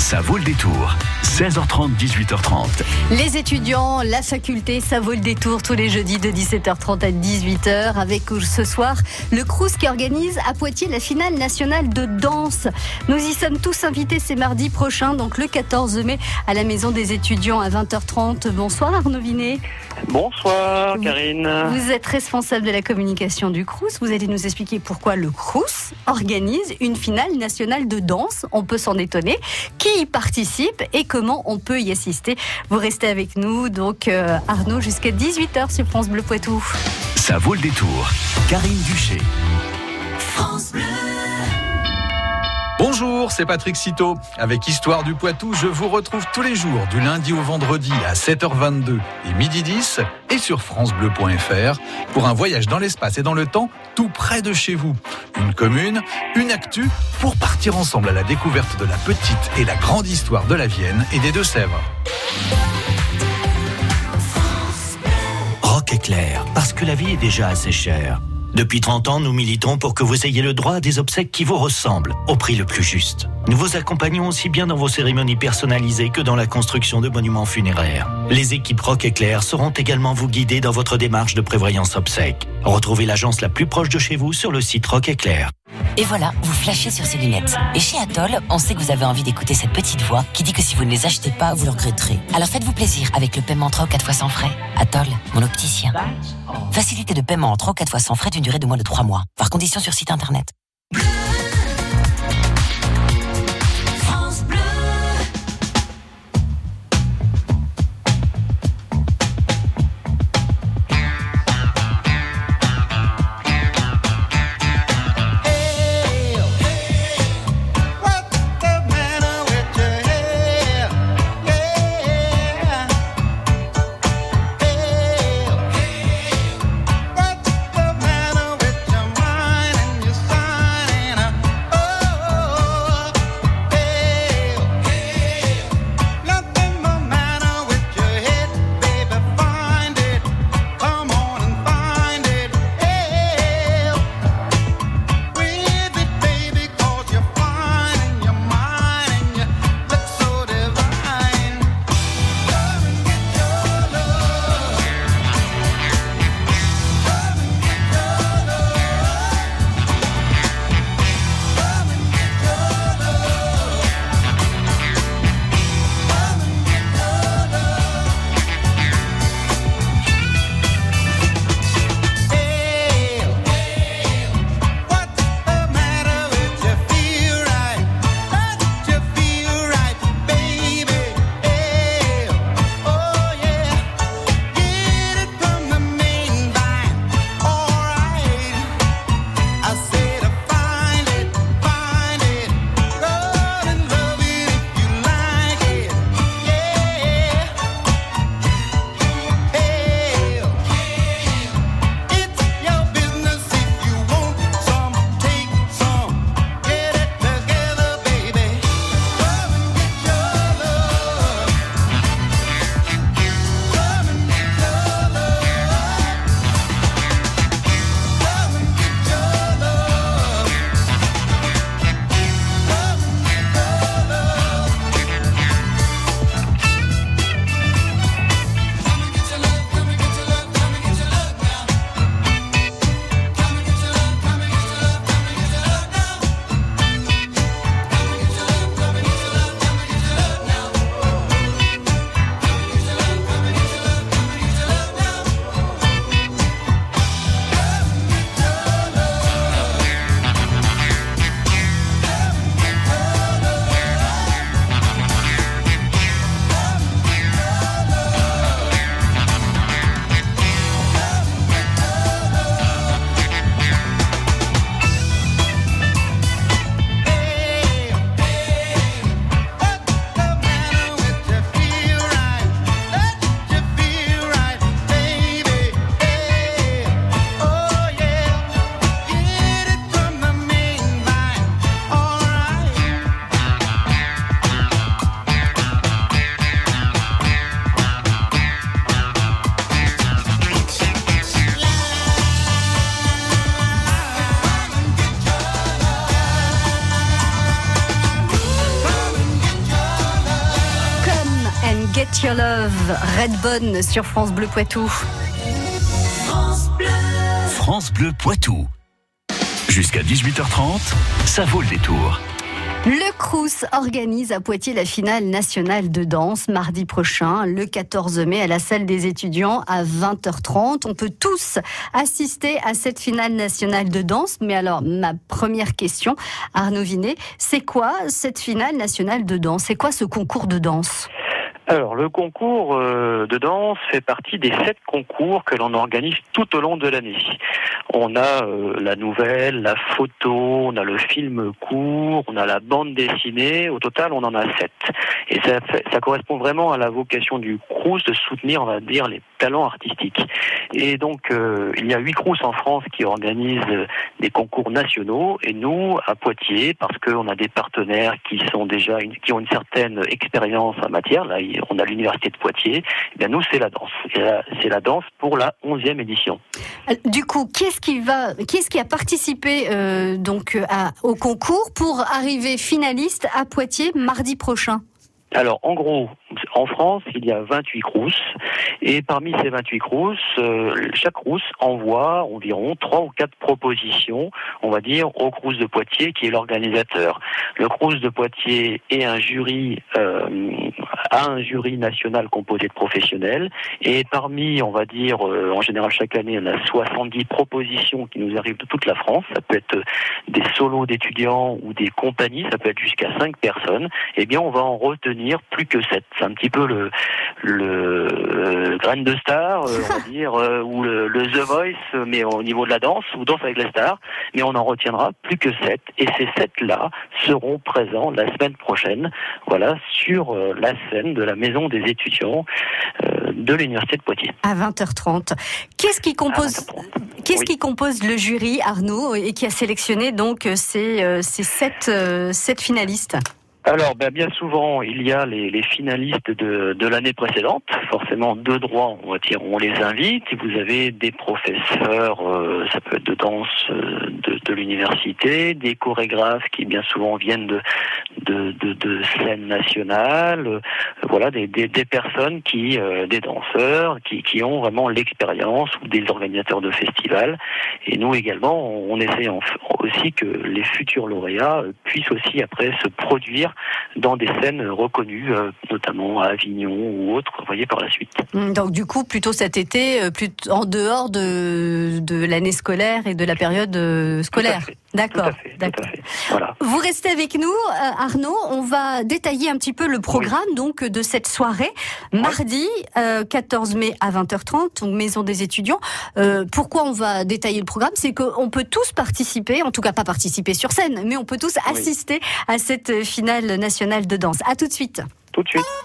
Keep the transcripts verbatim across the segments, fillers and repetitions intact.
Ça vaut le détour. seize heures trente, dix-huit heures trente. Les étudiants, la faculté, ça vaut le détour tous les jeudis de dix-sept heures trente à dix-huit heures avec ce soir le Crous qui organise à Poitiers la finale nationale de danse. Nous y sommes tous invités, c'est mardi prochain, donc le quatorze mai à la maison des étudiants à vingt heures trente. Bonsoir Arnaud Vinet. Bonsoir Karine. Vous êtes responsable de la communication du Crous. Vous allez nous expliquer pourquoi le Crous organise une finale nationale de danse. On peut s'en étonner. Qui y participe et comment on peut y assister? Vous restez avec nous, donc euh, Arnaud, jusqu'à dix-huit heures sur France Bleu Poitou. Ça vaut le détour. Karine Duché. France Bleu. Bonjour, c'est Patrick Citeau. Avec Histoire du Poitou, je vous retrouve tous les jours du lundi au vendredi à sept heures vingt-deux et midi dix et sur francebleu point f r pour un voyage dans l'espace et dans le temps tout près de chez vous. Une commune, une actu pour partir ensemble à la découverte de la petite et la grande histoire de la Vienne et des Deux-Sèvres. Rock Éclair, parce que la vie est déjà assez chère. Depuis trente ans, nous militons pour que vous ayez le droit à des obsèques qui vous ressemblent, au prix le plus juste. Nous vous accompagnons aussi bien dans vos cérémonies personnalisées que dans la construction de monuments funéraires. Les équipes Rock Éclair sauront également vous guider dans votre démarche de prévoyance obsèques. Retrouvez l'agence la plus proche de chez vous sur le site Rock Éclair. Et voilà, vous flashez sur ces lunettes. Et chez Atoll, on sait que vous avez envie d'écouter cette petite voix qui dit que si vous ne les achetez pas, vous le regretterez. Alors faites-vous plaisir avec le paiement en trois ou quatre fois sans frais. Atoll, mon opticien. Facilité de paiement en trois ou quatre fois sans frais d'une durée de moins de trois mois. Par condition sur site internet. Get Your Love, Redbone sur France Bleu Poitou. France Bleu. France Bleu Poitou. Jusqu'à dix-huit heures trente, ça vaut le détour. Le Crous organise à Poitiers la finale nationale de danse mardi prochain, le quatorze mai, à la salle des étudiants à vingt heures trente. On peut tous assister à cette finale nationale de danse. Mais alors, ma première question, Arnaud Vinet, c'est quoi cette finale nationale de danse? C'est quoi ce concours de danse? Alors, le concours euh, de danse fait partie des sept concours que l'on organise tout au long de l'année. On a euh, la nouvelle, la photo, on a le film court, on a la bande dessinée. Au total, on en a sept. Et ça, fait, ça correspond vraiment à la vocation du Crous de soutenir, on va dire, les talents artistiques. Et donc, euh, il y a huit Crous en France qui organisent des concours nationaux. Et nous, à Poitiers, parce qu'on a des partenaires qui sont déjà une, qui ont une certaine expérience en matière, là, on a l'université de Poitiers, eh bien nous c'est la danse. Et là, c'est la danse pour la onzième édition. Du coup, qui est-ce qui va, qui est-ce qui a participé euh, donc à, au concours pour arriver finaliste à Poitiers mardi prochain? Alors, en gros, en France, il y a vingt-huit Crous, et parmi ces vingt-huit Crous, euh, chaque Crous envoie environ trois ou quatre propositions, on va dire, au Crous de Poitiers, qui est l'organisateur. Le Crous de Poitiers est un jury, euh, a un jury national composé de professionnels, et parmi, on va dire, euh, en général chaque année, on a soixante-dix propositions qui nous arrivent de toute la France. Ça peut être des solos d'étudiants ou des compagnies, ça peut être jusqu'à cinq personnes. Eh bien, on va en retenir plus que sept. C'est un petit peu le le euh, grain de star, euh, on va dire, euh, ou le, le The Voice, mais au niveau de la danse, ou Danse avec les stars, mais on en retiendra plus que sept, et ces sept-là seront présents la semaine prochaine, voilà, sur euh, la scène de la maison des étudiants euh, de l'université de Poitiers. À vingt heures trente. Qu'est-ce qui compose, qu'est-ce oui. qui compose le jury, Arnaud, et qui a sélectionné donc ces, euh, ces sept, euh, sept finalistes? Alors, ben, bien souvent, il y a les, les finalistes de, de l'année précédente. Forcément, de droit, on va dire, on les invite. Et vous avez des professeurs, euh, ça peut être de danse euh, de, de l'université, des chorégraphes qui bien souvent viennent de de, de, de scènes nationales. Euh, voilà, des, des, des personnes qui, euh, des danseurs, qui, qui ont vraiment l'expérience, ou des organisateurs de festivals. Et nous également, on, on essaie en, aussi que les futurs lauréats puissent aussi après se produire dans des scènes reconnues, euh, notamment à Avignon ou autres, vous voyez, par la suite. Donc du coup, plutôt cet été, euh, plutôt en dehors de, de l'année scolaire et de la période euh, scolaire. D'accord. Tout à fait, D'accord. tout à fait. Voilà. Vous restez avec nous, euh, Arnaud. On va détailler un petit peu le programme oui. donc de cette soirée, mardi euh, quatorze mai à vingt heures trente, donc maison des étudiants. Euh, pourquoi on va détailler le programme? C'est qu'on peut tous participer, en tout cas pas participer sur scène, mais on peut tous oui. assister à cette finale nationale de danse. À tout de suite. Tout de suite.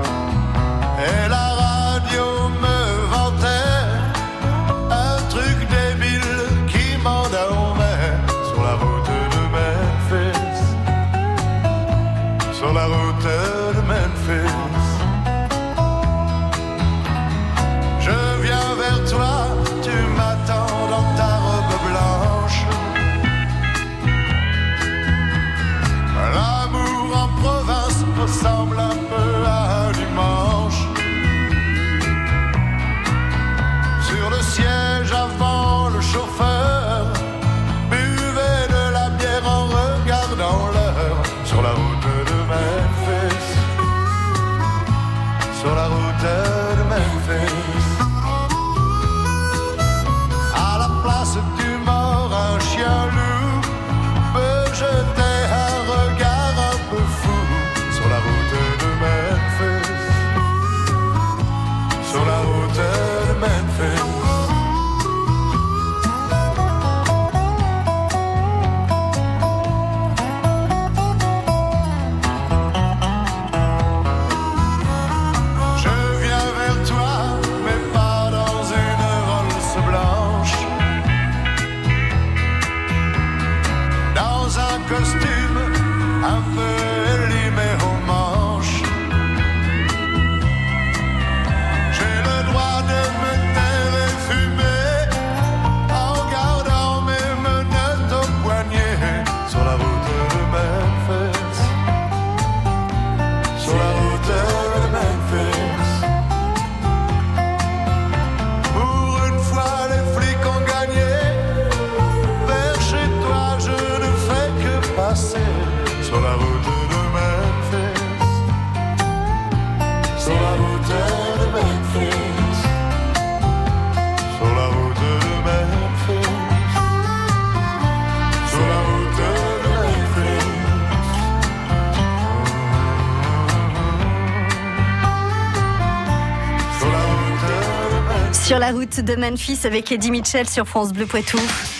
Et la radio me vantait un truc la route de Memphis avec Eddie Mitchell sur France Bleu Poitou.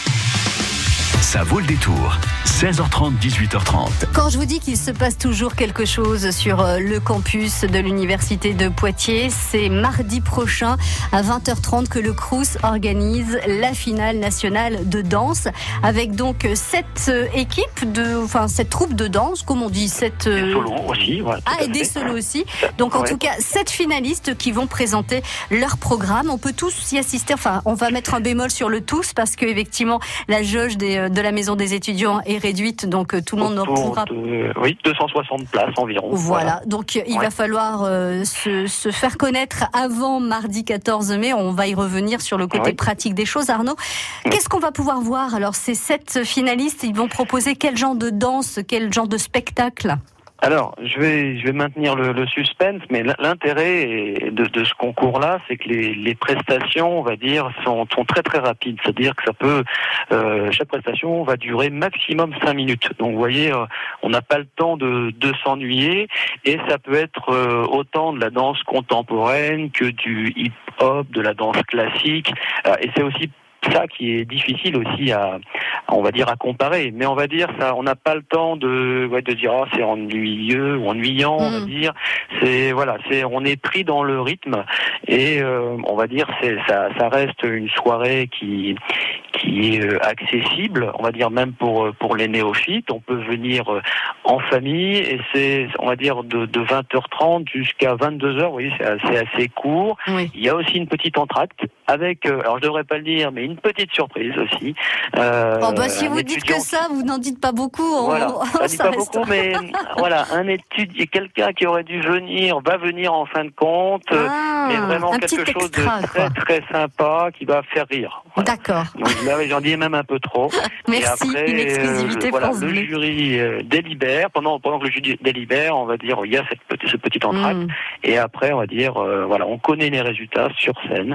Ça vaut le détour. seize heures trente, dix-huit heures trente. Quand je vous dis qu'il se passe toujours quelque chose sur le campus de l'université de Poitiers, c'est mardi prochain à vingt heures trente que le Crous organise la finale nationale de danse avec donc cette équipe de, enfin cette troupe de danse, comme on dit, cette des solos aussi. Ouais, ah et des solos aussi. Donc en ouais. tout cas, sept finalistes qui vont présenter leur programme. On peut tous y assister. Enfin, on va mettre un bémol sur le tous parce que effectivement la jauge des de la maison des étudiants est réduite, donc tout le monde ne pourra pas. Oui, deux cent soixante places environ. Voilà, voilà. donc il ouais. va falloir euh, se, se faire connaître avant mardi quatorze mai. On va y revenir sur le côté ouais. pratique des choses. Arnaud, ouais. qu'est-ce qu'on va pouvoir voir? Alors, ces sept finalistes, ils vont proposer quel genre de danse, quel genre de spectacle? Alors, je vais, je vais maintenir le, le suspense, mais l'intérêt de, de ce concours-là, c'est que les, les prestations, on va dire, sont, sont très très rapides. C'est-à-dire que ça peut, euh, chaque prestation va durer maximum cinq minutes. Donc, vous voyez, euh, on n'a pas le temps de, de s'ennuyer, et ça peut être euh, autant de la danse contemporaine que du hip-hop, de la danse classique, euh, et c'est aussi ça qui est difficile aussi à, on va dire, à comparer. Mais on va dire ça, on n'a pas le temps de, ouais, de dire oh c'est ennuyeux ou ennuyant. Mmh. On va dire, c'est voilà, c'est on est pris dans le rythme et euh, on va dire c'est ça, ça reste une soirée qui qui est euh, accessible. On va dire même pour pour les néophytes, on peut venir euh, en famille et c'est on va dire de, de vingt heures trente jusqu'à vingt-deux heures. Vous voyez, c'est assez assez court. Oui. Il y a aussi une petite entracte avec, euh, alors je devrais pas le dire, mais une petite surprise aussi. Euh, oh bah si vous dites que ça, vous n'en dites pas beaucoup. On, voilà, on, ça dit pas beaucoup, mais voilà, un étudiant, quelqu'un qui aurait dû venir, va venir en fin de compte, ah, mais vraiment quelque chose extra, de très quoi. très sympa qui va faire rire. Voilà. D'accord. Donc là, j'en dis même un peu trop. Merci. Et après, une exclusivité euh, voilà, France le Bleu. jury euh, délibère. Pendant pendant que le jury délibère, on va dire il y a cette petite, ce petit entracte, mm. et après on va dire euh, voilà, on connaît les résultats sur scène,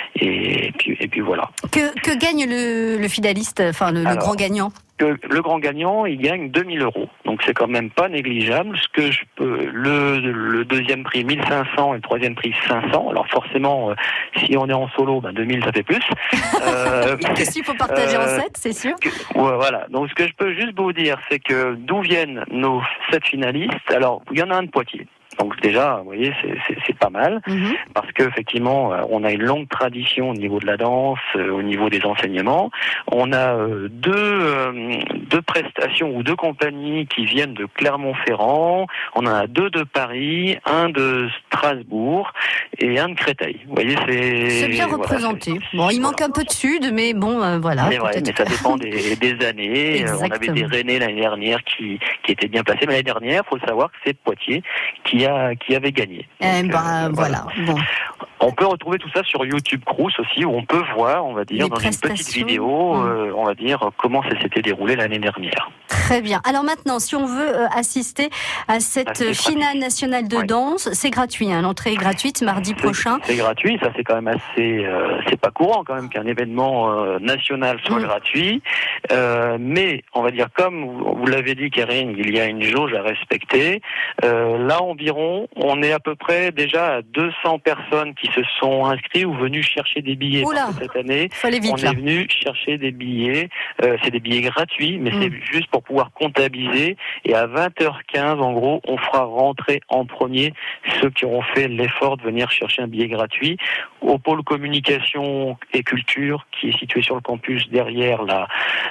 et puis et puis voilà. Que que gagne le, le finaliste, enfin le, Alors, le grand gagnant? Que le grand gagnant, il gagne deux mille euros. Donc c'est quand même pas négligeable. Ce que je peux, le, le deuxième prix mille cinq cents et le troisième prix cinq cents. Alors forcément, euh, si on est en solo, ben deux mille ça fait plus. Euh, Qu'est-ce qu'il faut partager euh, en sept, c'est sûr. Que, ouais, voilà. Donc ce que je peux juste vous dire, c'est que d'où viennent nos sept finalistes. Alors il y en a un de Poitiers. Donc déjà, vous voyez, c'est, c'est, c'est pas mal, mmh. parce qu'effectivement, on a une longue tradition au niveau de la danse, euh, au niveau des enseignements. On a euh, deux, euh, deux prestations ou deux compagnies qui viennent de Clermont-Ferrand. On en a deux de Paris, un de Strasbourg et un de Créteil. Vous voyez, c'est... C'est bien voilà, représenté. C'est, bon, il voilà. manque un peu de sud, mais bon, euh, voilà. C'est vrai, mais ça dépend des, des années. On avait des Rennais l'année dernière qui, qui étaient bien placés, mais l'année dernière, il faut savoir que c'est Poitiers qui a qui avait gagné. Eh ben, euh, voilà. Bon. On peut retrouver tout ça sur YouTube Crous aussi, où on peut voir, on va dire, les dans une petite vidéo, mmh. euh, on va dire, comment ça s'était déroulé l'année dernière. Très bien. Alors maintenant, si on veut euh, assister à cette ah, finale gratuit. nationale de ouais. danse, c'est gratuit, hein, l'entrée est gratuite mardi c'est, prochain. C'est gratuit, ça c'est quand même assez, euh, c'est pas courant quand même qu'un événement euh, national soit mmh. gratuit, euh, mais on va dire comme vous, vous l'avez dit, Karine, il y a une jauge à respecter. Euh, là environ, on est à peu près déjà à deux cents personnes qui se sont inscrits ou venus chercher des billets. Oula, cette année. Vite, on là. est venu chercher des billets. Euh, c'est des billets gratuits, mais mmh. c'est juste pour pouvoir comptabiliser. Et à vingt heures quinze, en gros, on fera rentrer en premier ceux qui auront fait l'effort de venir chercher un billet gratuit au pôle communication et culture qui est situé sur le campus derrière la,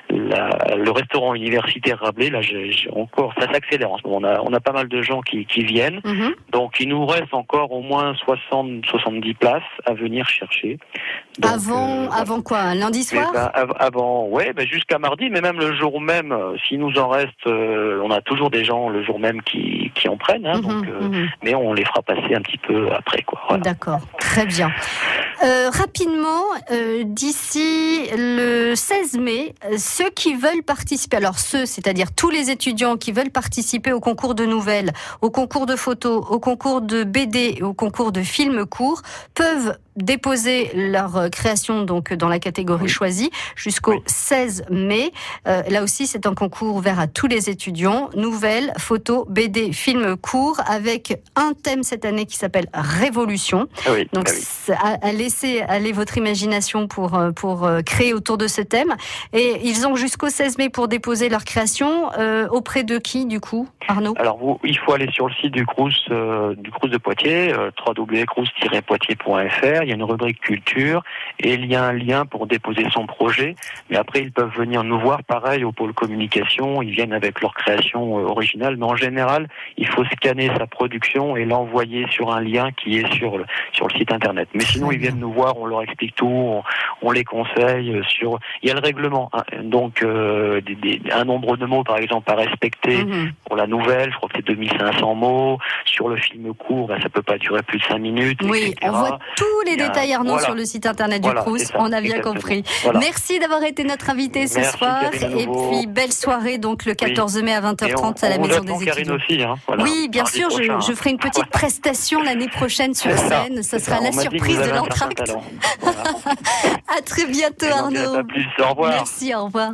la, le restaurant universitaire Rabelais. Là, j'ai, j'ai encore, ça s'accélère en ce moment. On a, on a pas mal de gens qui, qui viennent. Mmh. Donc, il nous reste encore au moins soixante, soixante-dix places à venir chercher. Donc, avant, euh, avant quoi? Lundi soir? ben, av- Avant, ouais, ben jusqu'à mardi, mais même le jour même, euh, s'il nous en reste, euh, on a toujours des gens le jour même qui, qui en prennent, hein, mmh, donc, euh, mmh. mais on les fera passer un petit peu après, quoi. Voilà. D'accord, très bien. Euh, rapidement, euh, d'ici le seize mai, ceux qui veulent participer, alors ceux, c'est-à-dire tous les étudiants qui veulent participer au concours de nouvelles, au concours de photos, au concours de B D, au concours de films courts, peuvent déposer leur création donc dans la catégorie choisie jusqu'au oui. seize mai. Euh, là aussi, c'est un concours ouvert à tous les étudiants. Nouvelles, photos, B D, films courts avec un thème cette année qui s'appelle Révolution. Ah oui, donc, ah oui. à, à laisser aller votre imagination pour, pour créer autour de ce thème. Et ils ont jusqu'au seize mai pour déposer leur création. Euh, auprès de qui, du coup, Arnaud ? Alors, vous, il faut aller sur le site du Crous, euh, du Crous de Poitiers, euh, w w w point crous tiret poitiers point f r. Il y a une rubrique culture et il y a un lien pour déposer son projet. Mais après, ils peuvent venir nous voir, pareil, au pôle communication. Ils viennent avec leur création euh, originale. Mais en général, il faut scanner sa production et l'envoyer sur un lien qui est sur le, sur le site internet. Mais sinon, ils viennent nous voir, on leur explique tout, on, on les conseille sur... Il y a le règlement, hein, donc euh, des, des, un nombre de mots, par exemple, à respecter mmh. pour la nouvelle. Je crois que c'est deux mille cinq cents mots. Sur le film court, ben, ça peut pas durer plus de cinq minutes. Oui, et cetera. On voit tous les a, détails, Arnaud, voilà. sur le site internet voilà, du Crous. Ça, on a bien exactement. compris. Voilà. Merci d'avoir été notre invité ce Merci, soir. Karine, et puis, belle soirée, donc, le quatorze oui. mai à vingt heures trente on, à la on Maison des Karine étudiants. Aussi, hein, voilà, oui, bien sûr, prochain, je, je ferai une petite voilà. prestation l'année prochaine sur scène. Ce sera ça. la surprise de l'entracte. Voilà. À très bientôt, et Arnaud. Pas plus. Au revoir. Merci, au revoir.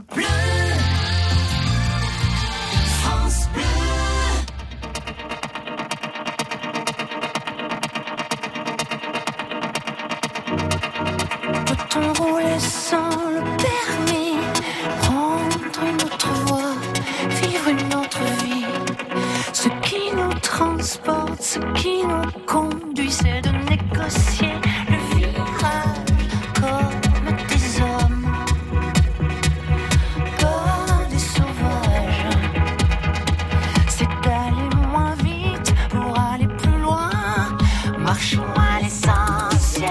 Peut-on rouler sans le permis, prendre une autre voie, vivre une autre vie? Ce qui nous transporte, ce qui nous conduit, c'est de négocier le virage comme des hommes, pas des sauvages. C'est d'aller moins vite pour aller plus loin, marchons à l'essentiel.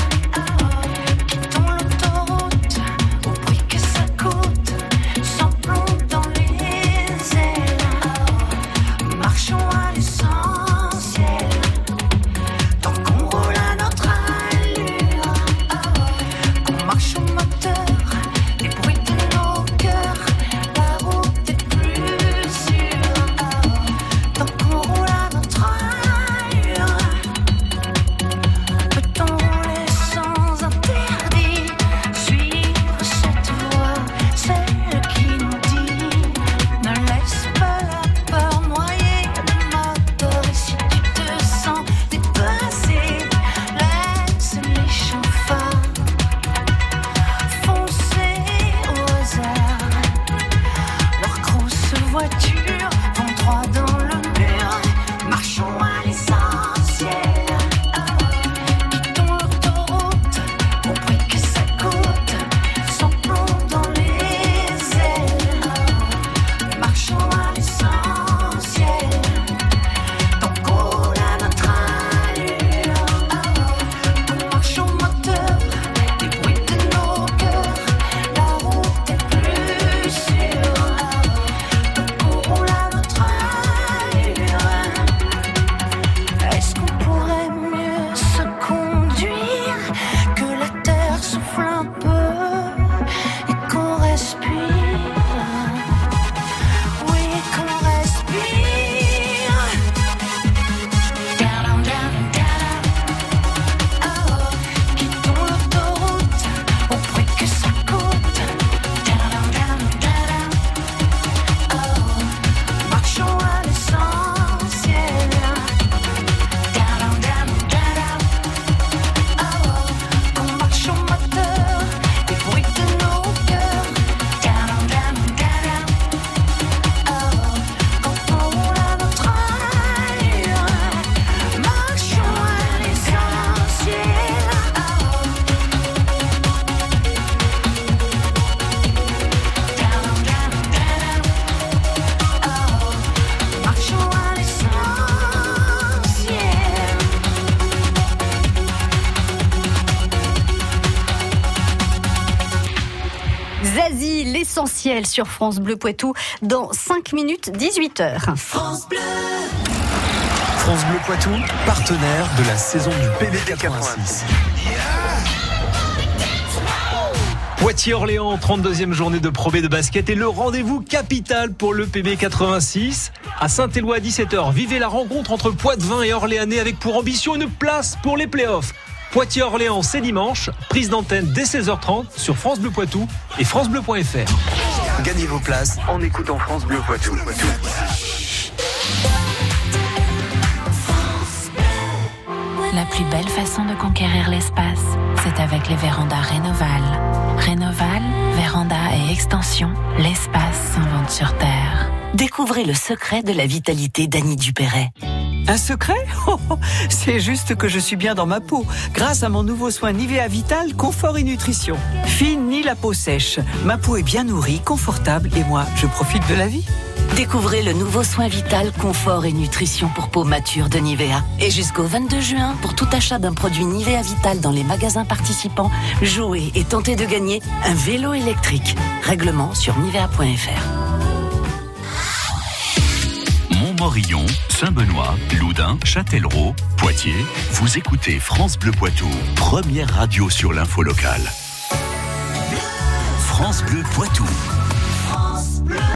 L'essentiel sur France Bleu Poitou dans cinq minutes, dix-huit heures. France Bleu. France Bleu Poitou, partenaire de la saison du P B quatre-vingt-six. Poitiers-Orléans, trente-deuxième journée de Pro B de basket et le rendez-vous capital pour le P B quatre-vingt-six. À Saint-Éloi à dix-sept heures, vivez la rencontre entre Poitevin et Orléanais avec pour ambition une place pour les playoffs. Poitiers-Orléans, c'est dimanche. Prise d'antenne dès seize heures trente sur France Bleu Poitou et francebleu point f r. Gagnez vos places en écoutant France Bleu Poitou. La plus belle façon de conquérir l'espace, c'est avec les vérandas Rénoval. Rénoval, véranda et extension, l'espace s'invente sur Terre. Découvrez le secret de la vitalité d'Annie Dupéret. Un secret ? Oh, c'est juste que je suis bien dans ma peau, grâce à mon nouveau soin Nivea Vital Confort et Nutrition. Fini la peau sèche, ma peau est bien nourrie, confortable et moi, je profite de la vie. Découvrez le nouveau soin Vital Confort et Nutrition pour peau mature de Nivea. Et jusqu'au vingt-deux juin, pour tout achat d'un produit Nivea Vital dans les magasins participants, jouez et tentez de gagner un vélo électrique. Règlement sur nivea point f r. Montmorillon, Saint-Benoît, Loudun, Châtellerault, Poitiers, vous écoutez France Bleu Poitou, première radio sur l'info locale. France Bleu Poitou.